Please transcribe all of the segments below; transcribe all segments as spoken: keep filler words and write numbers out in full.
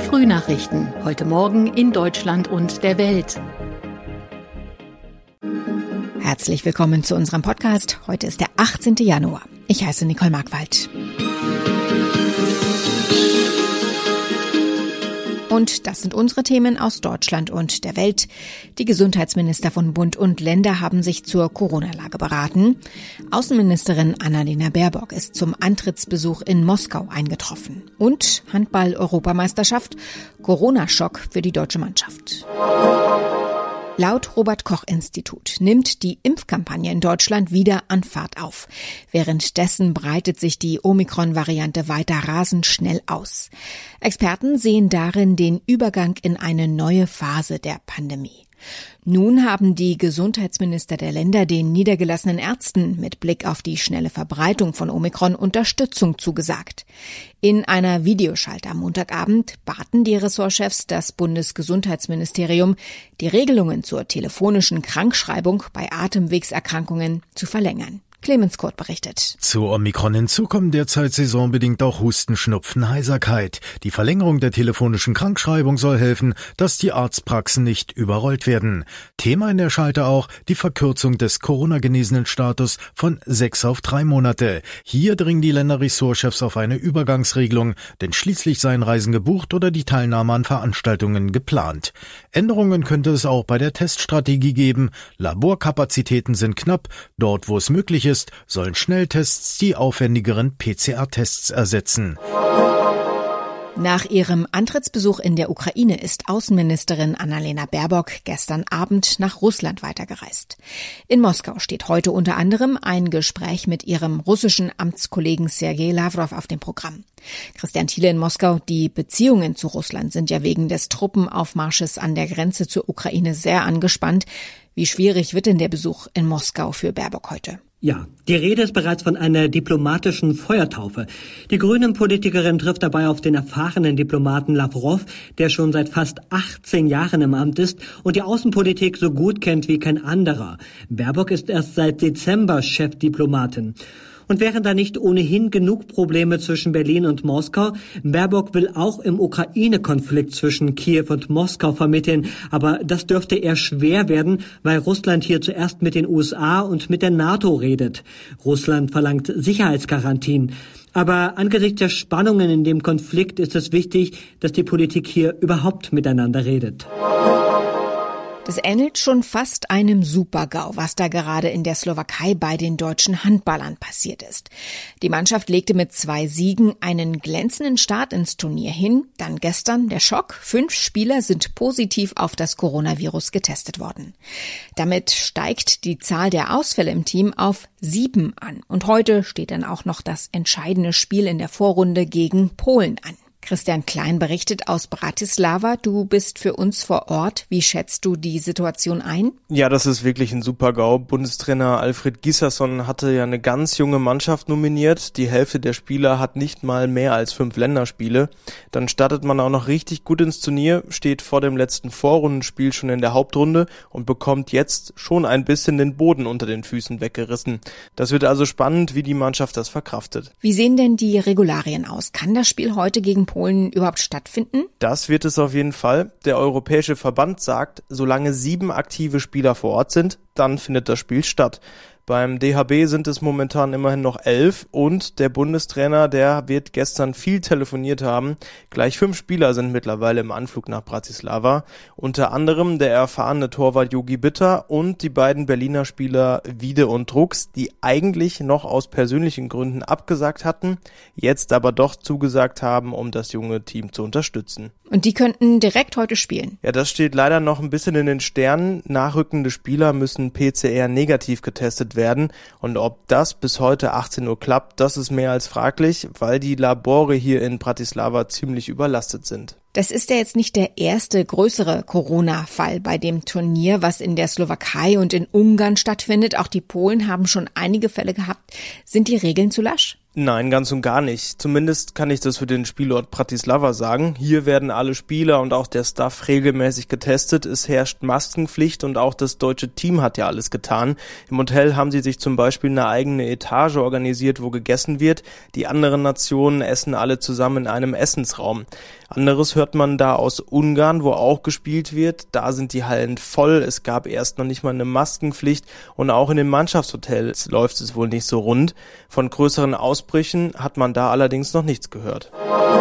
Frühnachrichten. Heute Morgen in Deutschland und der Welt. Herzlich willkommen zu unserem Podcast. Heute ist der achtzehnten Januar. Ich heiße Nicole Markwald. Und das sind unsere Themen aus Deutschland und der Welt. Die Gesundheitsminister von Bund und Länder haben sich zur Corona-Lage beraten. Außenministerin Annalena Baerbock ist zum Antrittsbesuch in Moskau eingetroffen. Und Handball-Europameisterschaft, Corona-Schock für die deutsche Mannschaft. Laut Robert-Koch-Institut nimmt die Impfkampagne in Deutschland wieder an Fahrt auf. Währenddessen breitet sich die Omikron-Variante weiter rasend schnell aus. Experten sehen darin den Übergang in eine neue Phase der Pandemie. Nun haben die Gesundheitsminister der Länder den niedergelassenen Ärzten mit Blick auf die schnelle Verbreitung von Omikron Unterstützung zugesagt. In einer Videoschalte am Montagabend baten die Ressortchefs das Bundesgesundheitsministerium, die Regelungen zur telefonischen Krankschreibung bei Atemwegserkrankungen zu verlängern. Clemens Kurt berichtet. Zu Omikron hinzu kommen derzeit saisonbedingt auch Husten, Schnupfen, Heiserkeit. Die Verlängerung der telefonischen Krankschreibung soll helfen, dass die Arztpraxen nicht überrollt werden. Thema in der Schalte auch die Verkürzung des Corona-Genesenen-Status von sechs auf drei Monate. Hier dringen die Länderressortchefs auf eine Übergangsregelung, denn schließlich seien Reisen gebucht oder die Teilnahme an Veranstaltungen geplant. Änderungen könnte es auch bei der Teststrategie geben. Laborkapazitäten sind knapp. Dort, wo es möglich ist, ist, sollen Schnelltests die aufwendigeren P C R-Tests ersetzen. Nach ihrem Antrittsbesuch in der Ukraine ist Außenministerin Annalena Baerbock gestern Abend nach Russland weitergereist. In Moskau steht heute unter anderem ein Gespräch mit ihrem russischen Amtskollegen Sergei Lawrow auf dem Programm. Christian Thiele in Moskau, die Beziehungen zu Russland sind ja wegen des Truppenaufmarsches an der Grenze zur Ukraine sehr angespannt. Wie schwierig wird denn der Besuch in Moskau für Baerbock heute? Ja, die Rede ist bereits von einer diplomatischen Feuertaufe. Die Grünen-Politikerin trifft dabei auf den erfahrenen Diplomaten Lawrow, der schon seit fast achtzehn Jahren im Amt ist und die Außenpolitik so gut kennt wie kein anderer. Baerbock ist erst seit Dezember Chefdiplomatin. Und wären da nicht ohnehin genug Probleme zwischen Berlin und Moskau? Baerbock will auch im Ukraine-Konflikt zwischen Kiew und Moskau vermitteln. Aber das dürfte eher schwer werden, weil Russland hier zuerst mit den U S A und mit der NATO redet. Russland verlangt Sicherheitsgarantien. Aber angesichts der Spannungen in dem Konflikt ist es wichtig, dass die Politik hier überhaupt miteinander redet. Das ähnelt schon fast einem Super-GAU, was da gerade in der Slowakei bei den deutschen Handballern passiert ist. Die Mannschaft legte mit zwei Siegen einen glänzenden Start ins Turnier hin. Dann gestern der Schock. Fünf Spieler sind positiv auf das Coronavirus getestet worden. Damit steigt die Zahl der Ausfälle im Team auf sieben an. Und heute steht dann auch noch das entscheidende Spiel in der Vorrunde gegen Polen an. Christian Klein berichtet aus Bratislava. Du bist für uns vor Ort. Wie schätzt du die Situation ein? Ja, das ist wirklich ein Super-GAU. Bundestrainer Alfred Gislason hatte ja eine ganz junge Mannschaft nominiert. Die Hälfte der Spieler hat nicht mal mehr als fünf Länderspiele. Dann startet man auch noch richtig gut ins Turnier, steht vor dem letzten Vorrundenspiel schon in der Hauptrunde und bekommt jetzt schon ein bisschen den Boden unter den Füßen weggerissen. Das wird also spannend, wie die Mannschaft das verkraftet. Wie sehen denn die Regularien aus? Kann das Spiel heute gegen Polen überhaupt stattfinden? Das wird es auf jeden Fall. Der Europäische Verband sagt, solange sieben aktive Spieler vor Ort sind, dann findet das Spiel statt. Beim D H B sind es momentan immerhin noch elf und der Bundestrainer, der wird gestern viel telefoniert haben. Gleich fünf Spieler sind mittlerweile im Anflug nach Bratislava. Unter anderem der erfahrene Torwart Jogi Bitter und die beiden Berliner Spieler Wiede und Drucks, die eigentlich noch aus persönlichen Gründen abgesagt hatten, jetzt aber doch zugesagt haben, um das junge Team zu unterstützen. Und die könnten direkt heute spielen? Ja, das steht leider noch ein bisschen in den Sternen. Nachrückende Spieler müssen P C R negativ getestet werden. Und ob das bis heute achtzehn Uhr klappt, das ist mehr als fraglich, weil die Labore hier in Bratislava ziemlich überlastet sind. Das ist ja jetzt nicht der erste größere Corona-Fall bei dem Turnier, was in der Slowakei und in Ungarn stattfindet. Auch die Polen haben schon einige Fälle gehabt. Sind die Regeln zu lasch? Nein, ganz und gar nicht. Zumindest kann ich das für den Spielort Bratislava sagen. Hier werden alle Spieler und auch der Staff regelmäßig getestet. Es herrscht Maskenpflicht und auch das deutsche Team hat ja alles getan. Im Hotel haben sie sich zum Beispiel eine eigene Etage organisiert, wo gegessen wird. Die anderen Nationen essen alle zusammen in einem Essensraum. Anderes hört man da aus Ungarn, wo auch gespielt wird. Da sind die Hallen voll. Es gab erst noch nicht mal eine Maskenpflicht und auch in den Mannschaftshotels läuft es wohl nicht so rund. Von größeren Ausbrüchen hat man da allerdings noch nichts gehört.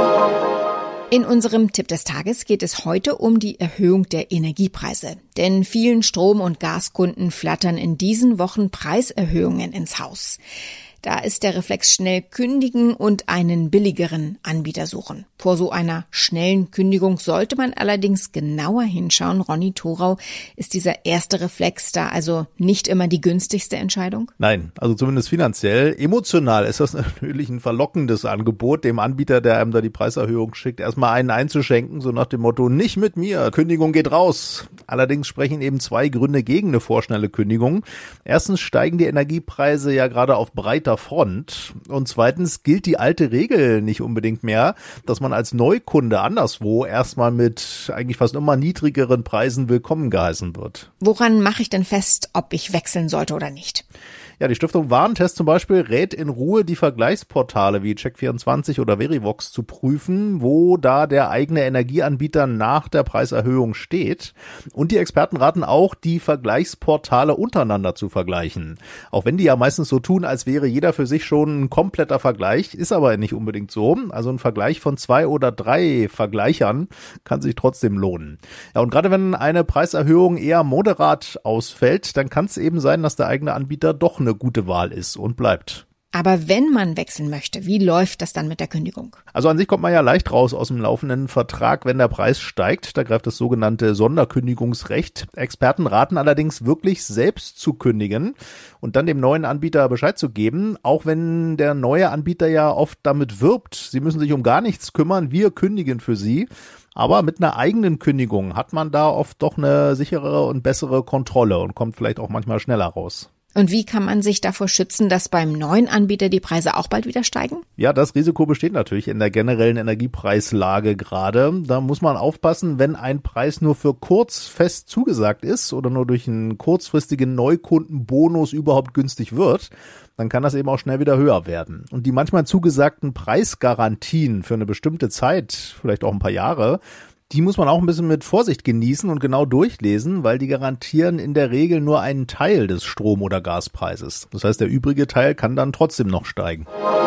In unserem Tipp des Tages geht es heute um die Erhöhung der Energiepreise. Denn vielen Strom- und Gaskunden flattern in diesen Wochen Preiserhöhungen ins Haus. Da ist der Reflex schnell kündigen und einen billigeren Anbieter suchen. Vor so einer schnellen Kündigung sollte man allerdings genauer hinschauen. Ronny Thorau, ist dieser erste Reflex da also nicht immer die günstigste Entscheidung? Nein, also zumindest finanziell. Emotional ist das natürlich ein verlockendes Angebot, dem Anbieter, der einem da die Preiserhöhung schickt, erstmal einen einzuschenken, so nach dem Motto, nicht mit mir, Kündigung geht raus. Allerdings sprechen eben zwei Gründe gegen eine vorschnelle Kündigung. Erstens steigen die Energiepreise ja gerade auf breiter Front und zweitens gilt die alte Regel nicht unbedingt mehr, dass man als Neukunde anderswo erstmal mit eigentlich fast immer niedrigeren Preisen willkommen geheißen wird. Woran mache ich denn fest, ob ich wechseln sollte oder nicht? Ja, die Stiftung Warentest zum Beispiel rät in Ruhe, die Vergleichsportale wie Check vierundzwanzig oder Verivox zu prüfen, wo da der eigene Energieanbieter nach der Preiserhöhung steht. Und die Experten raten auch, die Vergleichsportale untereinander zu vergleichen. Auch wenn die ja meistens so tun, als wäre jeder für sich schon ein kompletter Vergleich, ist aber nicht unbedingt so. Also ein Vergleich von zwei oder drei Vergleichern kann sich trotzdem lohnen. Ja, und gerade wenn eine Preiserhöhung eher moderat ausfällt, dann kann es eben sein, dass der eigene Anbieter doch eine gute Wahl ist und bleibt. Aber wenn man wechseln möchte, wie läuft das dann mit der Kündigung? Also an sich kommt man ja leicht raus aus dem laufenden Vertrag, wenn der Preis steigt. Da greift das sogenannte Sonderkündigungsrecht. Experten raten allerdings wirklich selbst zu kündigen und dann dem neuen Anbieter Bescheid zu geben, auch wenn der neue Anbieter ja oft damit wirbt, sie müssen sich um gar nichts kümmern, wir kündigen für sie. Aber mit einer eigenen Kündigung hat man da oft doch eine sichere und bessere Kontrolle und kommt vielleicht auch manchmal schneller raus. Und wie kann man sich davor schützen, dass beim neuen Anbieter die Preise auch bald wieder steigen? Ja, das Risiko besteht natürlich in der generellen Energiepreislage gerade. Da muss man aufpassen, wenn ein Preis nur für kurz fest zugesagt ist oder nur durch einen kurzfristigen Neukundenbonus überhaupt günstig wird, dann kann das eben auch schnell wieder höher werden. Und die manchmal zugesagten Preisgarantien für eine bestimmte Zeit, vielleicht auch ein paar Jahre, die muss man auch ein bisschen mit Vorsicht genießen und genau durchlesen, weil die garantieren in der Regel nur einen Teil des Strom- oder Gaspreises. Das heißt, der übrige Teil kann dann trotzdem noch steigen.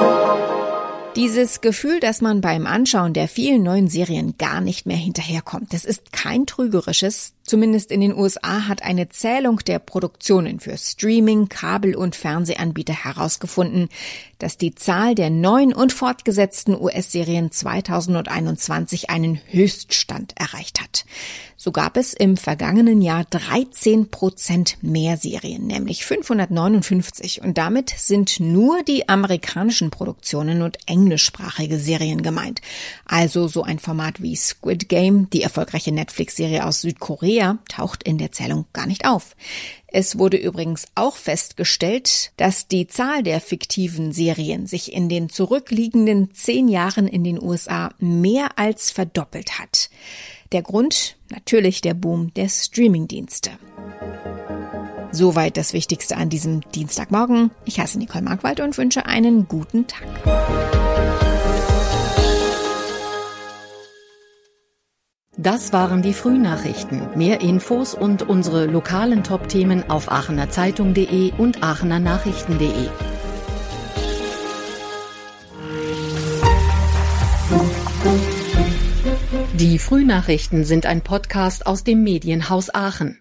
Dieses Gefühl, dass man beim Anschauen der vielen neuen Serien gar nicht mehr hinterherkommt, das ist kein trügerisches. Zumindest in den U S A hat eine Zählung der Produktionen für Streaming, Kabel- und Fernsehanbieter herausgefunden, dass die Zahl der neuen und fortgesetzten U S-Serien zweitausendeinundzwanzig einen Höchststand erreicht hat. So gab es im vergangenen Jahr dreizehn Prozent mehr Serien, nämlich fünfhundertneunundfünfzig. Und damit sind nur die amerikanischen Produktionen und englischsprachige Serien gemeint. Also so ein Format wie Squid Game, die erfolgreiche Netflix-Serie aus Südkorea, taucht in der Zählung gar nicht auf. Es wurde übrigens auch festgestellt, dass die Zahl der fiktiven Serien sich in den zurückliegenden zehn Jahren in den U S A mehr als verdoppelt hat. Der Grund? Natürlich der Boom der Streamingdienste. Soweit das Wichtigste an diesem Dienstagmorgen. Ich heiße Nicole Markwald und wünsche einen guten Tag. Das waren die Frühnachrichten. Mehr Infos und unsere lokalen Top-Themen auf aachener zeitung punkt de und aachener nachrichten punkt de. Die Frühnachrichten sind ein Podcast aus dem Medienhaus Aachen.